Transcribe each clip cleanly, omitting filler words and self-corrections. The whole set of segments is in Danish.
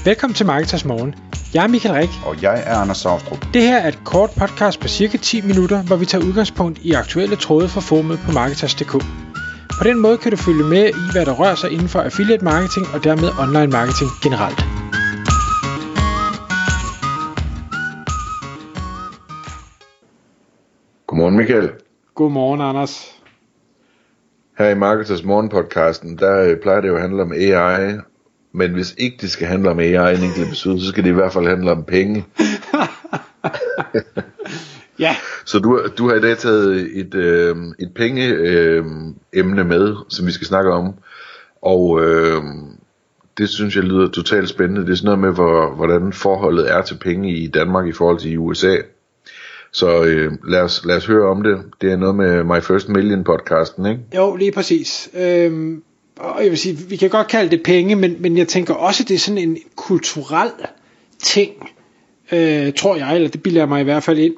Velkommen til Marketers Morgen. Jeg er Michael Rik. Og jeg er Anders Saustrup. Det her er et kort podcast på cirka 10 minutter, hvor vi tager udgangspunkt i aktuelle tråde fra forumet på Marketers.dk. På den måde kan du følge med i, hvad der rører sig inden for affiliate marketing og dermed online marketing generelt. Godmorgen Michael. Godmorgen Anders. Her i Marketers Morgen podcasten, der plejer det jo at handle om AI. Men hvis ikke det skal handle om AI en enkelt episode, så skal det i hvert fald handle om penge. Ja. Så du har i dag taget et penge-emne med, som vi skal snakke om. Og det synes jeg lyder totalt spændende. Det er sådan noget med, hvordan forholdet er til penge i Danmark i forhold til i USA. Så lad os høre om det. Det er noget med My First Million podcasten, ikke? Jo, lige præcis. Og jeg vil sige, vi kan godt kalde det penge, men jeg tænker også, det er sådan en kulturel ting, tror jeg, eller det bilder jeg mig i hvert fald ind.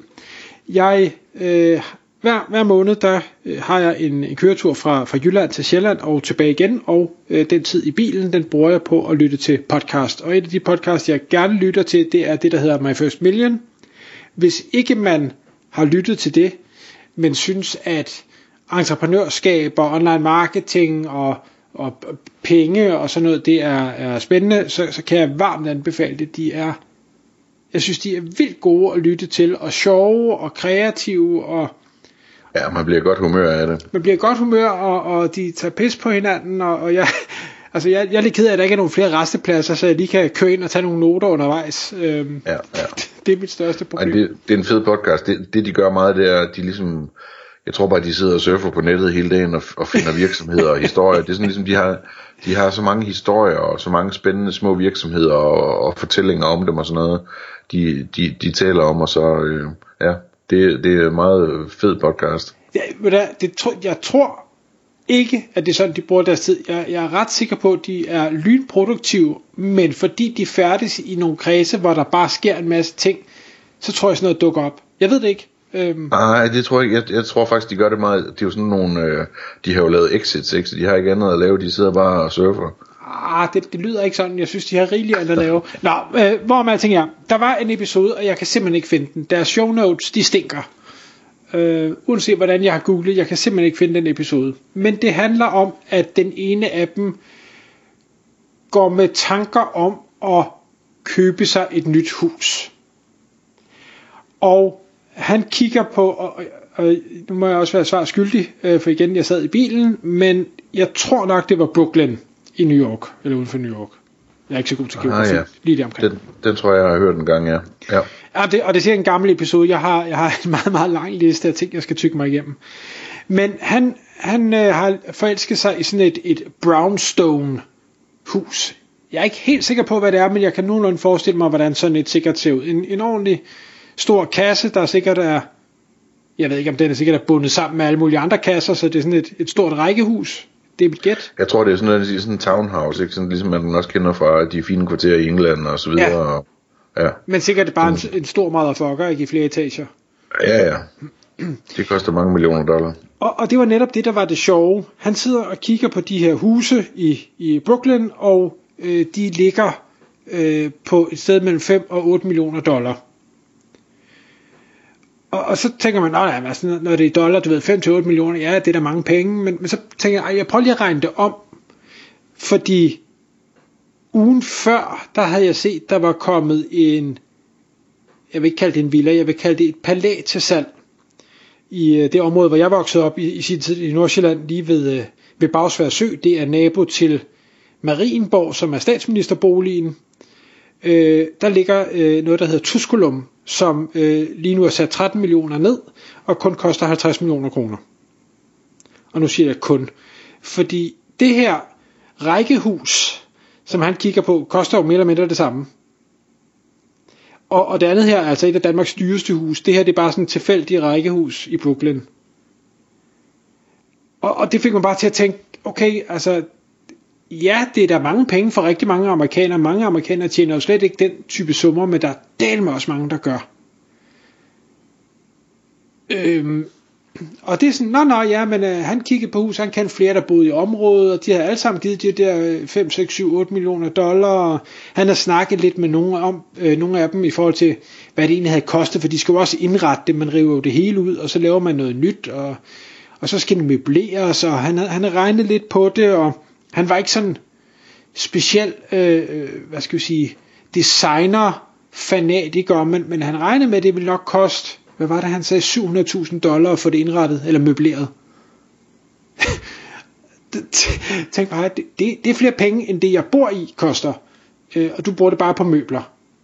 Hver måned, der har jeg en køretur fra Jylland til Sjælland og tilbage igen, og den tid i bilen, den bruger jeg på at lytte til podcast. Og et af de podcasts, jeg gerne lytter til, det er det, der hedder My First Million. Hvis ikke man har lyttet til det, men synes, at entreprenørskab og online marketing og penge og sådan noget, det er spændende, så kan jeg varmt anbefale det. Jeg synes, de er vildt gode at lytte til, og sjove og kreative. Og ja, man bliver godt humør af det. Man bliver godt humør, og de tager pis på hinanden, og jeg er lidt ked af, at der ikke er nogen flere rastepladser, så jeg lige kan køre ind og tage nogle noter undervejs. Ja. Det er mit største problem. Det er en fed podcast. Det de gør meget, det er, at de ligesom, jeg tror bare, de sidder og surfer på nettet hele dagen og finder virksomheder og historier. Det er sådan ligesom, de har så mange historier og så mange spændende små virksomheder og fortællinger om dem og sådan noget, de taler om, og så det er en meget fed podcast. Ja, jeg tror ikke, at det er sådan, de bruger deres tid. Jeg er ret sikker på, at de er lynproduktive, men fordi de færdes i nogle kredse, hvor der bare sker en masse ting, så tror jeg sådan noget dukker op. Jeg ved det ikke. Nej, det tror jeg ikke. Jeg tror faktisk, de gør det meget. Det er jo sådan nogle, de har jo lavet exits, ikke? Så de har ikke andet at lave. De sidder bare og surfer. Det lyder ikke sådan. Jeg synes, de har rigeligt andet at lave. Nå, hvor man tænker, der var en episode, og jeg kan simpelthen ikke finde den. Deres show notes, de stinker. Uanset hvordan jeg har googlet, jeg kan simpelthen ikke finde den episode. Men det handler om, at den ene af dem går med tanker om at købe sig et nyt hus. Og han kigger på, og nu må jeg også være svar skyldig, for igen, jeg sad i bilen, men jeg tror nok, det var Brooklyn i New York, eller uden for New York. Jeg er ikke så god til geografi, lige der omkring. Den tror jeg har hørt en gang, ja. Og det siger en gammel episode. Jeg har en meget, meget lang liste af ting, jeg skal tykke mig igennem. Men han har forelsket sig i sådan et brownstone hus. Jeg er ikke helt sikker på, hvad det er, men jeg kan nogenlunde forestille mig, hvordan sådan et sikkert ser ud. En ordentlig stor kasse, der sikkert er, jeg ved ikke om den er sikkert bundet sammen med alle mulige andre kasser, så det er sådan et stort rækkehus. Det er mit gæt. Jeg tror, det er sådan en townhouse, ikke? Sådan, ligesom man også kender fra de fine kvarterer i England og så videre. Ja. Men sikkert det bare en stor motherfucker, ikke, i flere etager. Ja. Det koster mange millioner dollar. Og det var netop det, der var det sjove. Han sidder og kigger på de her huse i Brooklyn, og de ligger på et sted mellem 5 og 8 millioner dollar. Og så tænker man, altså, når det er dollar, du ved, 5 til 8 millioner, ja, det er da mange penge, men så tænker jeg prøver lige at regne det om, fordi ugen før, der havde jeg set, der var kommet jeg vil ikke kalde det en villa, jeg vil kalde det et palæ til salg, i det område, hvor jeg voksede op i sin tid i Nordsjælland, lige ved Bagsværd Sø. Det er nabo til Marienborg, som er statsministerboligen. Der ligger noget, der hedder Tusculum, som lige nu er sat 13 millioner ned, og kun koster 50 millioner kroner. Og nu siger jeg kun, fordi det her rækkehus, som han kigger på, koster jo mere eller mindre det samme. Og det andet her er altså et af Danmarks dyreste hus. Det her, det er bare sådan et tilfældigt rækkehus i Brooklyn. Og det fik man bare til at tænke, okay, altså, ja, det er der mange penge for rigtig mange amerikanere. Mange amerikanere tjener jo slet ikke den type summer, men der er dælme også mange, der gør. Og det er sådan, ja, men han kiggede på hus, han kendte flere, der boede i området, og de havde alle sammen givet de der 5, 6, 7, 8 millioner $, og han har snakket lidt med nogle af dem i forhold til, hvad det egentlig havde kostet, for de skal jo også indrette det, man river jo det hele ud, og så laver man noget nyt, og så skal det møbleres, og han har regnet lidt på det, og han var ikke sådan speciel, designer-fanatiker, men han regnede med, at det ville nok koste, hvad var det, han sagde, $700,000 at få det indrettet, eller møbleret. Tænk bare, det er flere penge, end det jeg bor i koster, og du bruger det bare på møbler.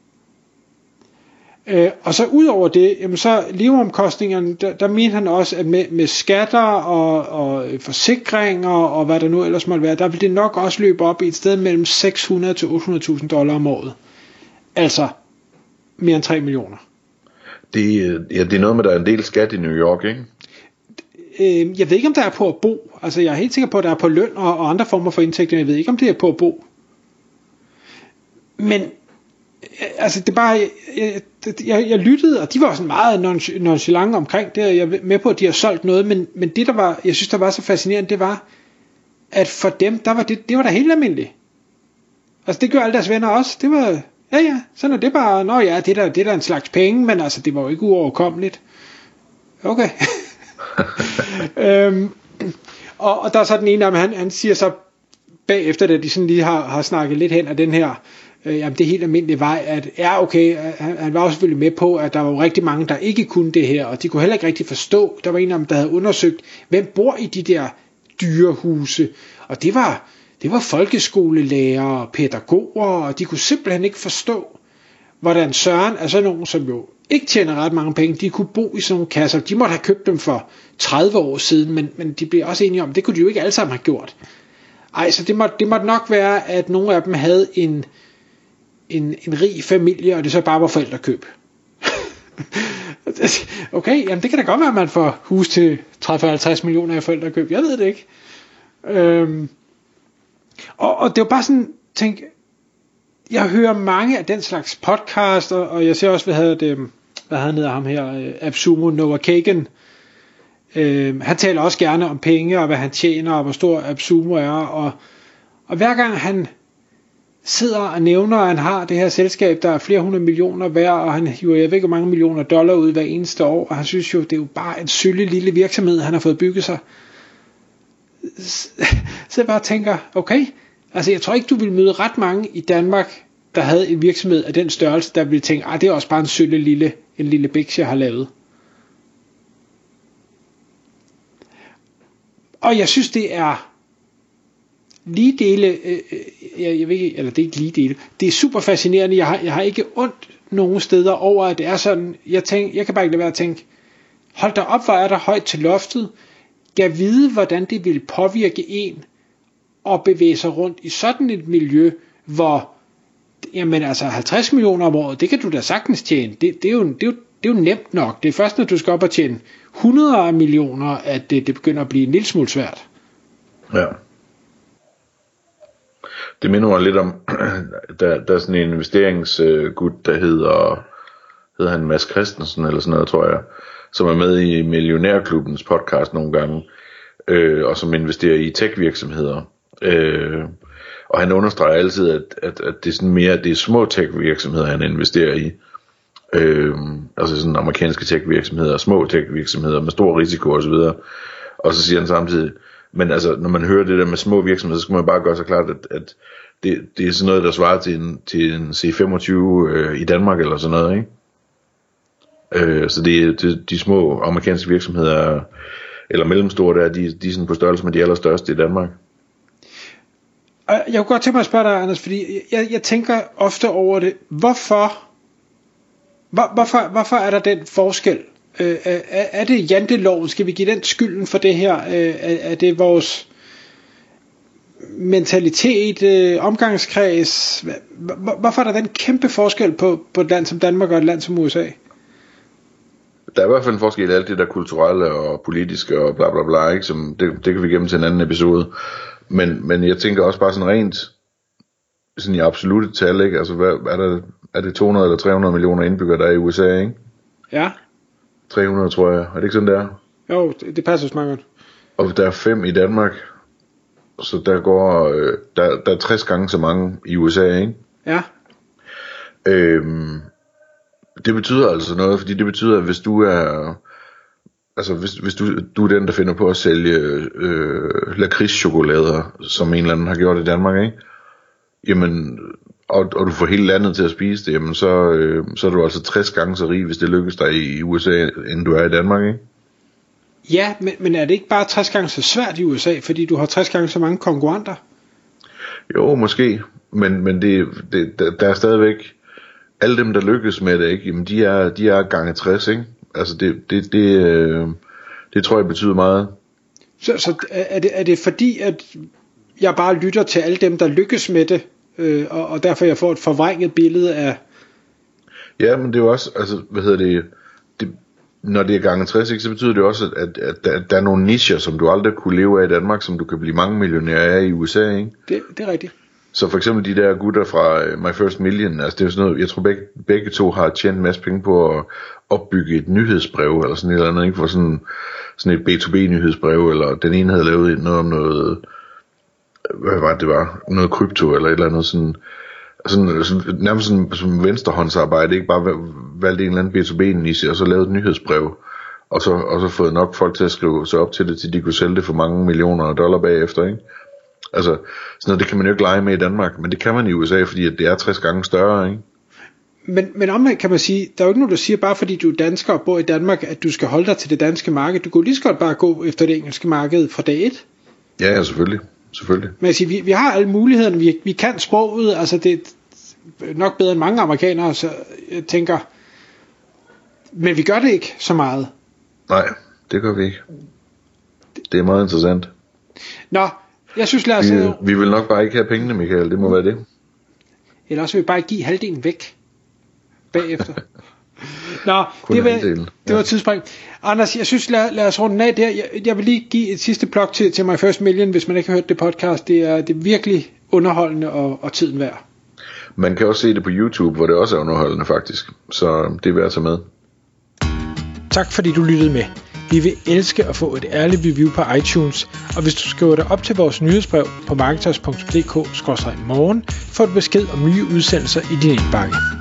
Og så ud over det, jamen så leveomkostningerne, der mener han også, at med skatter og forsikringer og hvad der nu ellers måtte være, der vil det nok også løbe op i et sted mellem $600,000 til $800,000 om året. Altså mere end 3 millioner. Det er noget med, der er en del skat i New York, ikke? Jeg ved ikke, om der er på at bo. Altså jeg er helt sikker på, at der er på løn og andre former for indtægter. Jeg ved ikke, om det er på at bo. Men altså det er bare, jeg lyttede, og de var sådan meget nonchalant omkring det, og jeg er med på, at de har solgt noget, men det der var, jeg synes der var så fascinerende, det var, at for dem, der var det var da helt almindeligt. Altså det gør alle deres venner også. Det var, ja, sådan er det bare, det er der en slags penge, men altså det var jo ikke uoverkommeligt. Okay. Og der er så den ene af dem, han siger så bagefter, da de sådan lige har snakket lidt hen af den her, jamen det helt almindelige vej, at okay, han var også selvfølgelig med på, at der var jo rigtig mange, der ikke kunne det her, og de kunne heller ikke rigtig forstå. Der var en af dem, der havde undersøgt, hvem bor i de der dyrehuse, og det var folkeskolelærere og pædagoger, og de kunne simpelthen ikke forstå, hvordan Søren er sådan nogen, som jo ikke tjener ret mange penge, de kunne bo i sådan nogle kasser. De måtte have købt dem for 30 år siden, men de blev også enige om, det kunne de jo ikke alle sammen have gjort. Så det måtte nok være, at nogle af dem havde en rig familie, og det så bare var forældrekøb. Okay, jamen det kan da godt være, at man får hus til 30-50 millioner i forældrekøb. Jeg ved det ikke. Og det var bare sådan, tænk, jeg hører mange af den slags podcast, og jeg ser også, hvad han hedder ham her, AppSumo, Noah Kagan. Han taler også gerne om penge, og hvad han tjener, og hvor stor AppSumo er, og hver gang han sidder og nævner, at han har det her selskab, der er flere hundrede millioner værd, og han hiver, jeg ved ikke, hvor mange millioner $, ud hver eneste år, og han synes jo, det er jo bare en sølle lille virksomhed, han har fået bygget sig. Så jeg bare tænker, okay, altså jeg tror ikke, du vil møde ret mange i Danmark, der havde en virksomhed af den størrelse, der ville tænke, det er også bare en lille biks, jeg har lavet. Og jeg synes, det er lige dele, jeg ved ikke, eller det er ikke lige dele, det er super fascinerende. Jeg har ikke ondt nogen steder over, at det er sådan, jeg kan bare ikke lade være at tænke, hold da op, hvor er der højt til loftet, gav vide, hvordan det ville påvirke en, og bevæge sig rundt i sådan et miljø, hvor, jamen altså 50 millioner om året, det kan du da sagtens tjene, det er jo nemt nok, det er først, når du skal op og tjene 100 millioner, at det begynder at blive en lille smule svært. Ja. Det minder mig lidt om, der er sådan en investeringsgud, der hedder han Mads Christensen, eller sådan noget, tror jeg, som er med i Millionærklubbens podcast nogle gange, og som investerer i tech-virksomheder. Og han understreger altid, at det er sådan mere, det er små tech-virksomheder, han investerer i. Altså sådan amerikanske tech-virksomheder, små tech-virksomheder med stor risiko osv. Og så siger han samtidig, men altså når man hører det der med små virksomheder, så skal man bare gøre sig klart, at det er sådan noget, der svarer til en C25 i Danmark eller sådan noget, ikke? Så de små amerikanske virksomheder eller mellemstore der, de er sådan på størrelse med de allerstørste i Danmark. Jeg kunne godt tænke mig at spørge dig, Anders, fordi jeg tænker ofte over det. Hvorfor er der den forskel? Er det janteloven? Skal vi give den skylden for det her? Er det vores mentalitet, omgangskreds? Hvorfor er der den kæmpe forskel på et land som Danmark og et land som USA? Der er i hvert fald en forskel i alt det der kulturelle og politiske og bla bla bla, ikke? Som det kan vi gemme til en anden episode. Men jeg tænker også bare sådan rent sådan i absolutte tal, ikke? Altså er det 200 eller 300 millioner indbyggere der er i USA, ikke? Ja. 300 tror jeg. Er det ikke sådan der? Jo, det passer så meget godt. Og der er 5 i Danmark. Så der går der er 60 gange så mange i USA, ikke? Ja. Det betyder altså noget, fordi det betyder, at hvis du er, altså hvis du er den, der finder på at sælge lakridschokolader, som en eller anden har gjort i Danmark, ikke? Jamen, og du får hele landet til at spise det, jamen så er du altså 60 gange så rig, hvis det lykkes dig i USA, end du er i Danmark, ikke? Ja, men er det ikke bare 60 gange så svært i USA, fordi du har 60 gange så mange konkurrenter? Jo, måske, men der er stadigvæk alle dem, der lykkes med det, ikke? Jamen de er gange 60, ikke? Altså det tror jeg betyder meget. Så er det fordi, at jeg bare lytter til alle dem, der lykkes med det, og derfor jeg får et forvrænget billede af... Ja, men det er jo også, altså, når det er gange 60, ikke, så betyder det også, at der er nogle nicher, som du aldrig kunne leve af i Danmark, som du kan blive mange millionærer af i USA, ikke? Det er rigtigt. Så for eksempel de der gutter fra My First Million, altså det er jo sådan noget, jeg tror begge to har tjent en masse penge på at opbygge et nyhedsbrev, eller sådan et eller andet, ikke? For sådan et B2B nyhedsbrev, eller den ene havde lavet noget om noget, hvad var det var, noget krypto, eller et eller andet sådan nærmest som venstrehåndsarbejde, ikke bare valgte en eller anden B2B-niche, og så lavet et nyhedsbrev, og så fået nok folk til at skrive sig op til det, til de kunne sælge det for mange millioner af dollar bagefter, ikke? Altså, sådan noget, det kan man jo ikke lege med i Danmark, men det kan man i USA, fordi at det er 60 gange større, ikke? Men omvendt kan man sige, der er jo ikke nogen, der siger, bare fordi du er dansker og bor i Danmark, at du skal holde dig til det danske marked. Du kunne lige så godt bare gå efter det engelske marked fra dag 1. Ja, selvfølgelig. Men jeg siger, vi har alle mulighederne, vi kan sproget, altså det er nok bedre end mange amerikanere, så jeg tænker, men vi gør det ikke så meget. Nej, det gør vi ikke. Det er meget interessant. Nå, jeg synes lad os... Vi vil nok bare ikke have pengene, Michael, det må være det. Eller også vil vi bare give halvdelen væk bagefter. Nå, det var et tidsspring. Anders, jeg synes lad os runde af der. Jeg vil lige give et sidste plug til My First Million, hvis man ikke har hørt det podcast. Det er virkelig underholdende og tiden værd. Man kan også se det på YouTube, hvor det også er underholdende faktisk. Så det er værd at tage med. Tak fordi du lyttede med. Vi vil elske at få et ærligt review på iTunes, og hvis du skriver dig op til vores nyhedsbrev på marketers.dk/morgen, får du besked om nye udsendelser i din indbakke.